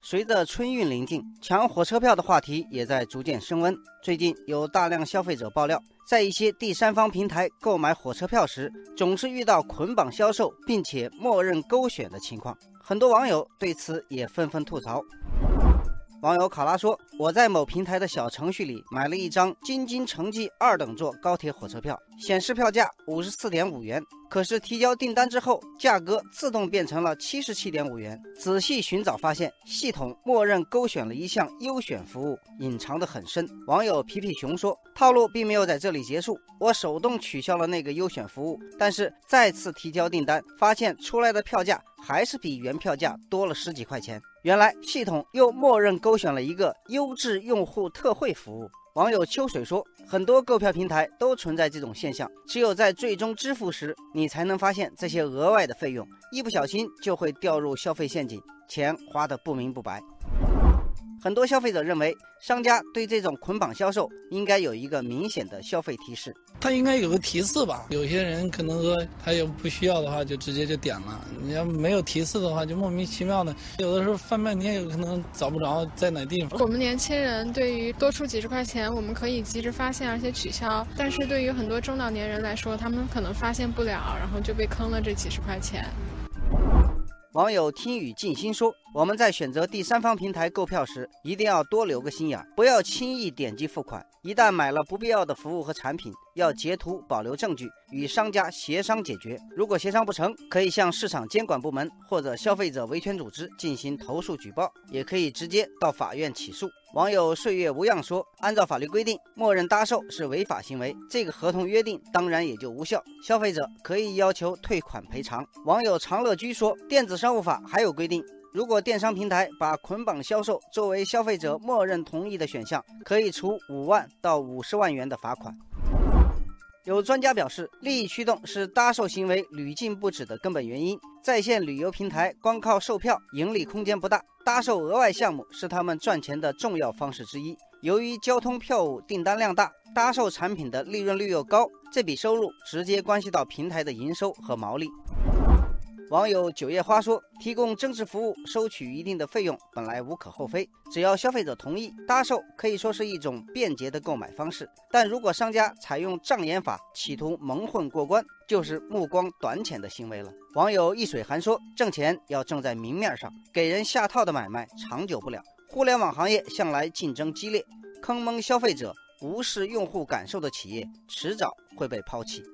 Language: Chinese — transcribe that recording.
随着春运临近，抢火车票的话题也在逐渐升温。最近有大量消费者爆料，在一些第三方平台购买火车票时，总是遇到捆绑销售并且默认勾选的情况。很多网友对此也纷纷吐槽。网友考拉说，我在某平台的小程序里买了一张京津城际2等座高铁火车票，显示票价54.5元，可是提交订单之后，价格自动变成了77.5元。仔细寻找发现，系统默认勾选了一项优选服务，隐藏得很深。网友皮皮熊说，套路并没有在这里结束，我手动取消了那个优选服务，但是再次提交订单，发现出来的票价还是比原票价多了10几块钱。原来系统又默认勾选了一个优质用户特惠服务。网友秋水说，很多购票平台都存在这种现象，只有在最终支付时，你才能发现这些额外的费用，一不小心就会掉入消费陷阱，钱花得不明不白。很多消费者认为，商家对这种捆绑销售应该有一个明显的消费提示。 他应该有个提示吧，有些人可能说他有不需要的话就直接就点了，你要没有提示的话就莫名其妙的，有的时候翻半天有可能找不着在哪地方。 我们年轻人对于多出几十块钱我们可以及时发现而且取消，但是对于很多中老年人来说，他们可能发现不了，然后就被坑了这几十块钱。 网友听雨静心说，我们在选择第三方平台购票时，一定要多留个心眼，不要轻易点击付款。一旦买了不必要的服务和产品，要截图保留证据，与商家协商解决。如果协商不成，可以向市场监管部门或者消费者维权组织进行投诉举报，也可以直接到法院起诉。网友岁月无恙说，按照法律规定，默认搭售是违法行为，这个合同约定当然也就无效，消费者可以要求退款赔偿。网友长乐居说，电子商务法还有规定，如果电商平台把捆绑销售作为消费者默认同意的选项，可以处5万到50万元的罚款。有专家表示，利益驱动是搭售行为屡禁不止的根本原因。在线旅游平台光靠售票盈利空间不大，搭售额外项目是他们赚钱的重要方式之一。由于交通票务订单量大，搭售产品的利润率又高，这笔收入直接关系到平台的营收和毛利。网友九叶花说，提供增值服务收取一定的费用本来无可厚非，只要消费者同意，搭售可以说是一种便捷的购买方式。但如果商家采用障眼法，企图蒙混过关，就是目光短浅的行为了。网友一水寒说，挣钱要挣在明面上，给人下套的买卖长久不了。互联网行业向来竞争激烈，坑蒙消费者、无视用户感受的企业迟早会被抛弃。